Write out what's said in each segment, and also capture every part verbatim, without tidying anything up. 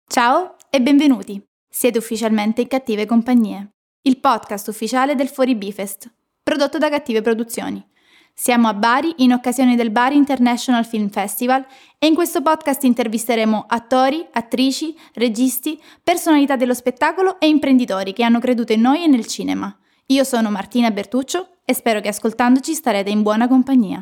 Ciao e benvenuti! Siete ufficialmente in Cattive Compagnie, il podcast ufficiale del Fuori Bifest, prodotto da Cattive Produzioni. Siamo a Bari in occasione del Bari International Film Festival e in questo podcast intervisteremo attori, attrici, registi, personalità dello spettacolo e imprenditori che hanno creduto in noi e nel cinema. Io sono Martina Bertuccio e spero che ascoltandoci starete in buona compagnia.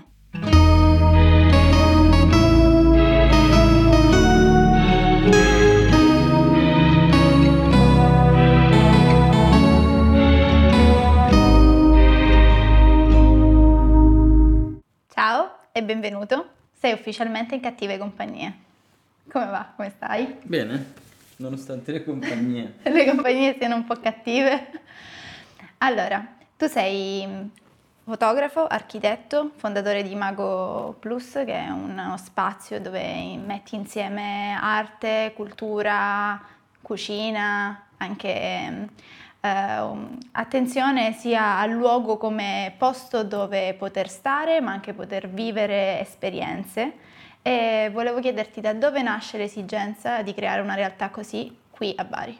Ciao e benvenuto, sei ufficialmente in Cattive Compagnie. Come va? Come stai? Bene, nonostante le compagnie. Le compagnie siano un po' cattive. Allora, tu sei fotografo, architetto, fondatore di Imago Plus, che è uno spazio dove metti insieme arte, cultura, cucina, anche eh, attenzione sia al luogo come posto dove poter stare, ma anche poter vivere esperienze. E volevo chiederti da dove nasce l'esigenza di creare una realtà così qui a Bari.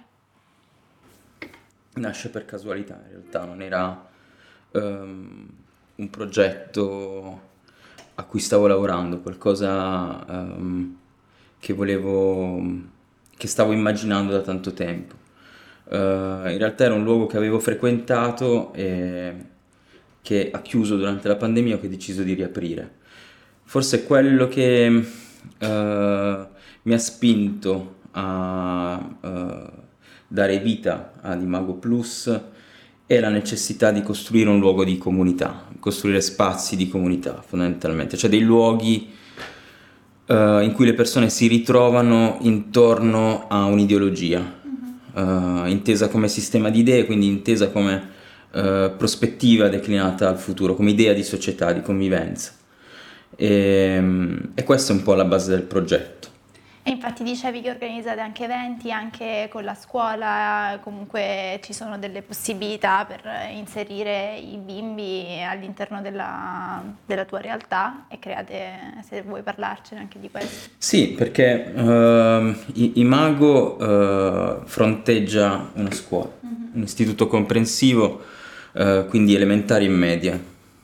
Nasce per casualità, in realtà non era um, un progetto a cui stavo lavorando, qualcosa um, che volevo, che stavo immaginando da tanto tempo. Uh, in realtà era un luogo che avevo frequentato e che ha chiuso durante la pandemia e che ho deciso di riaprire. Forse quello che uh, mi ha spinto a uh, dare vita ad Imago Plus è la necessità di costruire un luogo di comunità, costruire spazi di comunità fondamentalmente, cioè dei luoghi uh, in cui le persone si ritrovano intorno a un'ideologia, uh, intesa come sistema di idee, quindi intesa come uh, prospettiva declinata al futuro, come idea di società, di convivenza. E, e questa è un po' la base del progetto. E infatti dicevi che organizzate anche eventi, anche con la scuola, comunque ci sono delle possibilità per inserire i bimbi all'interno della, della tua realtà e create, se vuoi parlarcene anche di questo. Sì, perché uh, Imago uh, fronteggia una scuola, mm-hmm. un istituto comprensivo, uh, quindi elementari e media,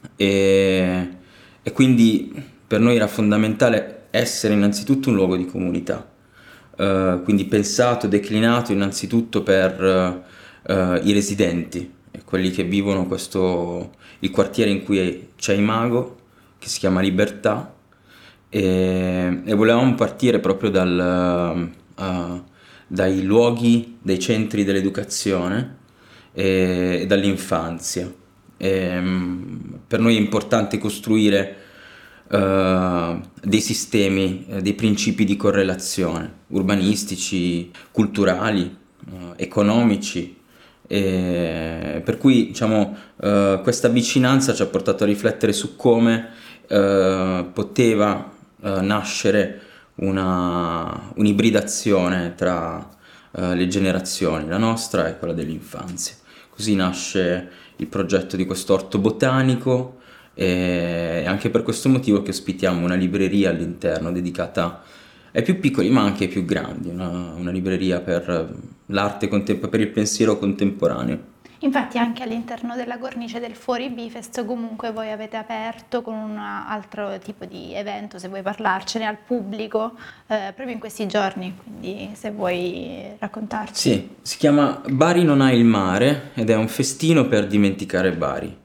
e, e quindi per noi era fondamentale essere innanzitutto un luogo di comunità, uh, quindi pensato, declinato innanzitutto per uh, uh, i residenti, quelli che vivono questo, il quartiere in cui c'è Imago, che si chiama Libertà, e, e volevamo partire proprio dal, uh, dai luoghi, dai centri dell'educazione e, e dall'infanzia. E, um, per noi è importante costruire Uh, dei sistemi, uh, dei principi di correlazione urbanistici, culturali, uh, economici, e per cui diciamo uh, questa vicinanza ci ha portato a riflettere su come uh, poteva uh, nascere una un'ibridazione tra uh, le generazioni, la nostra e quella dell'infanzia. Così nasce il progetto di questo orto botanico. E anche per questo motivo che ospitiamo una libreria all'interno dedicata ai più piccoli ma anche ai più grandi, una, una libreria per l'arte, contem- per il pensiero contemporaneo. Infatti anche all'interno della cornice del Fuori Bifest comunque voi avete aperto con un altro tipo di evento, se vuoi parlarcene, al pubblico eh, proprio in questi giorni, quindi se vuoi raccontarci. Sì, si chiama Bari non ha il mare ed è un festino per dimenticare Bari.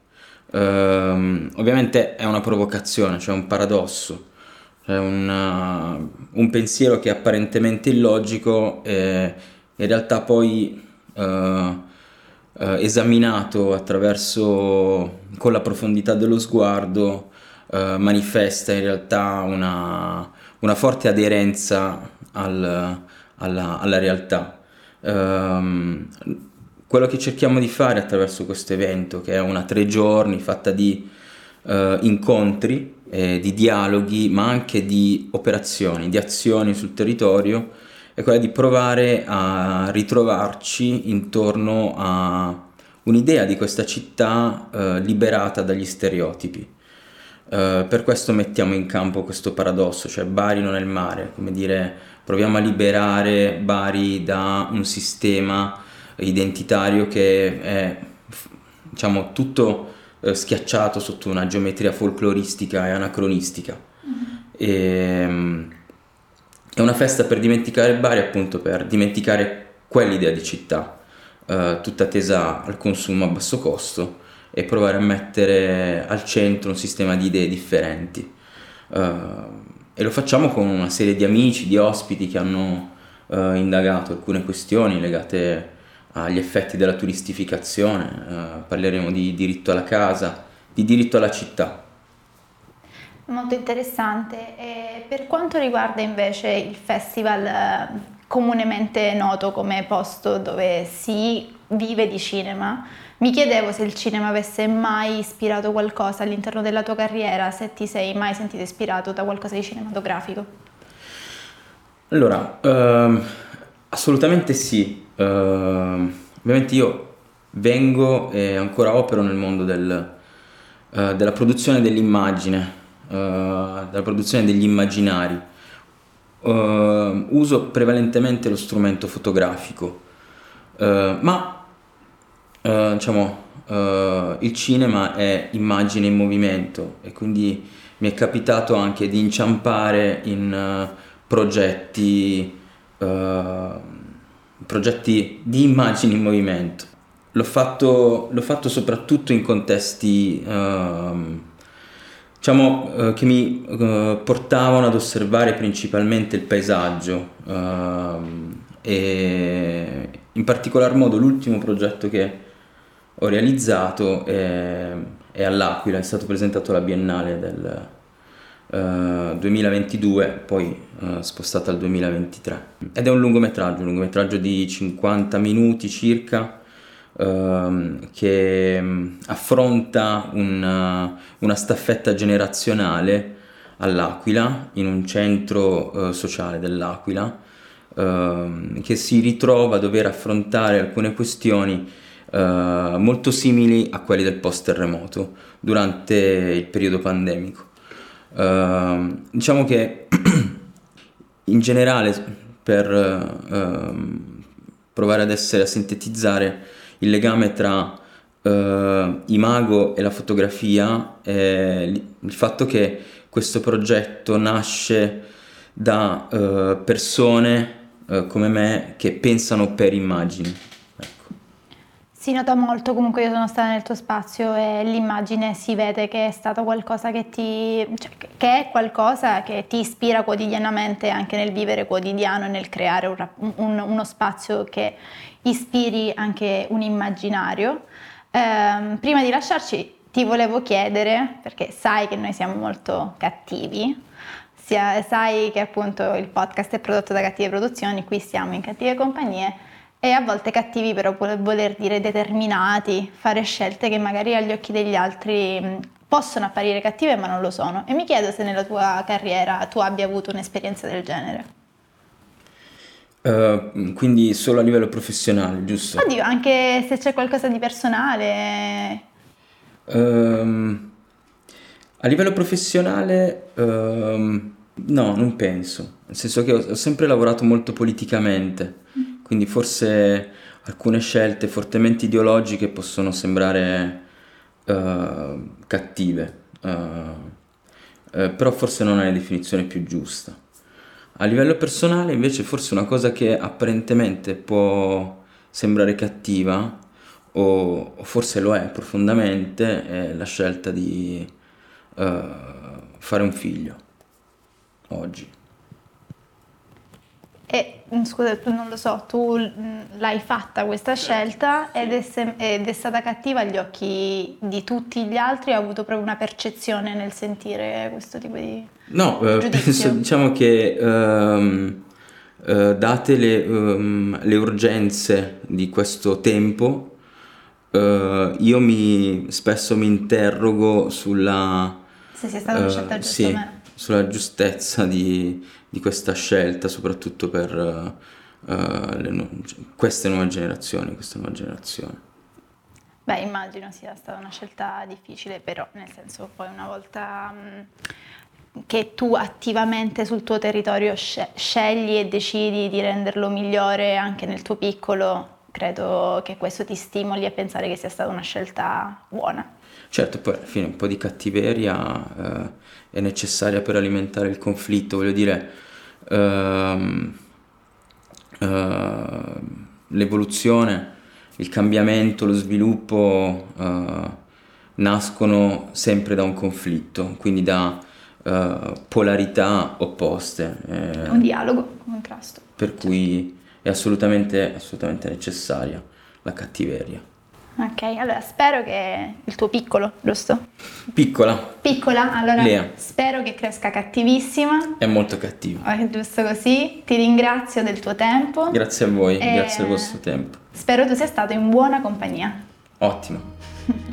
Uh, ovviamente è una provocazione, cioè un paradosso, cioè un, uh, un pensiero che è apparentemente illogico e in realtà poi uh, uh, esaminato attraverso, con la profondità dello sguardo, uh, manifesta in realtà una, una forte aderenza al, alla, alla realtà. Uh, Quello che cerchiamo di fare attraverso questo evento, che è una tre giorni fatta di uh, incontri, eh, di dialoghi, ma anche di operazioni, di azioni sul territorio, è quella di provare a ritrovarci intorno a un'idea di questa città uh, liberata dagli stereotipi. Uh, per questo mettiamo in campo questo paradosso, cioè Bari non è il mare, come dire proviamo a liberare Bari da un sistema identitario che è, diciamo, tutto eh, schiacciato sotto una geometria folcloristica e anacronistica. E, è una festa per dimenticare Bari, appunto per dimenticare quell'idea di città, eh, tutta tesa al consumo a basso costo, e provare a mettere al centro un sistema di idee differenti. Eh, e lo facciamo con una serie di amici, di ospiti che hanno eh, indagato alcune questioni legate agli effetti della turistificazione. Eh, parleremo di diritto alla casa, di diritto alla città. Molto interessante. E per quanto riguarda invece il festival, eh, comunemente noto come posto dove si vive di cinema, mi chiedevo se il cinema avesse mai ispirato qualcosa all'interno della tua carriera, se ti sei mai sentito ispirato da qualcosa di cinematografico. Allora, ehm, assolutamente sì. Ehm, ovviamente io vengo e ancora opero nel mondo del, eh, della produzione dell'immagine, eh, della produzione degli immaginari. Eh, uso prevalentemente lo strumento fotografico, eh, ma eh, diciamo, eh, il cinema è immagine in movimento, e quindi mi è capitato anche di inciampare in eh, progetti, eh, progetti di immagini in movimento. L'ho fatto, l'ho fatto soprattutto in contesti ehm, diciamo, eh, che mi eh, portavano ad osservare principalmente il paesaggio, ehm, e in particolar modo l'ultimo progetto che ho realizzato è, è all'Aquila, è stato presentato alla Biennale del eh, duemilaventidue, poi eh, spostato al duemilaventitré. Ed è un lungometraggio, un lungometraggio di cinquanta minuti circa, ehm, che mh, affronta una, una staffetta generazionale all'Aquila, in un centro eh, sociale dell'Aquila, ehm, che si ritrova a dover affrontare alcune questioni eh, molto simili a quelli del post-terremoto durante il periodo pandemico. Uh, diciamo che in generale, per uh, provare ad essere a sintetizzare il legame tra uh, Imago e la fotografia, è il fatto che questo progetto nasce da uh, persone uh, come me che pensano per immagini. Si nota molto, comunque io sono stata nel tuo spazio e l'immagine si vede che è stato qualcosa che ti, cioè, che è qualcosa che ti ispira quotidianamente anche nel vivere quotidiano e nel creare un, un, uno spazio che ispiri anche un immaginario. Ehm, prima di lasciarci ti volevo chiedere, perché sai che noi siamo molto cattivi, sia, sai che appunto il podcast è prodotto da Cattive Produzioni, qui siamo in Cattive Compagnie. E a volte cattivi però vuol voler dire determinati, fare scelte che magari agli occhi degli altri mh, possono apparire cattive ma non lo sono. E mi chiedo se nella tua carriera tu abbia avuto un'esperienza del genere. Uh, quindi solo a livello professionale, giusto? Oddio, anche se c'è qualcosa di personale. Um, a livello professionale, um, no, non penso. Nel senso che ho, ho sempre lavorato molto politicamente. Quindi forse alcune scelte fortemente ideologiche possono sembrare uh, cattive, uh, uh, però forse non è la definizione più giusta. A livello personale invece forse una cosa che apparentemente può sembrare cattiva, o, o forse lo è profondamente, è la scelta di uh, fare un figlio oggi. E scusa, tu non lo so, tu l'hai fatta questa scelta ed è, sem- ed è stata cattiva agli occhi di tutti gli altri, o hai avuto proprio una percezione nel sentire questo tipo di No, eh, giudizio? penso, diciamo che ehm, eh, date le, ehm, le urgenze di questo tempo, eh, io mi spesso mi interrogo sulla, Se sia stata una scelta eh, giusta o sì, meno. sulla giustezza di, di questa scelta, soprattutto per eh, eh, le nu- queste nuove generazioni, questa nuova generazione. Beh, immagino sia stata una scelta difficile, però nel senso poi una volta mh, che tu attivamente sul tuo territorio sce- scegli e decidi di renderlo migliore anche nel tuo piccolo, credo che questo ti stimoli a pensare che sia stata una scelta buona. Certo, poi alla fine un po' di cattiveria eh, è necessaria per alimentare il conflitto, voglio dire, ehm, eh, l'evoluzione, il cambiamento, lo sviluppo eh, nascono sempre da un conflitto, quindi da eh, polarità opposte, eh, Un dialogo, un contrasto. per cui è assolutamente, assolutamente necessaria la cattiveria. Ok, allora spero che il tuo piccolo, giusto? Piccola, Piccola, allora Lea. spero che cresca cattivissima. è molto cattiva. Eh, Giusto così, ti ringrazio del tuo tempo. Grazie a voi, e grazie del vostro tempo. Spero tu sia stato in buona compagnia. Ottimo.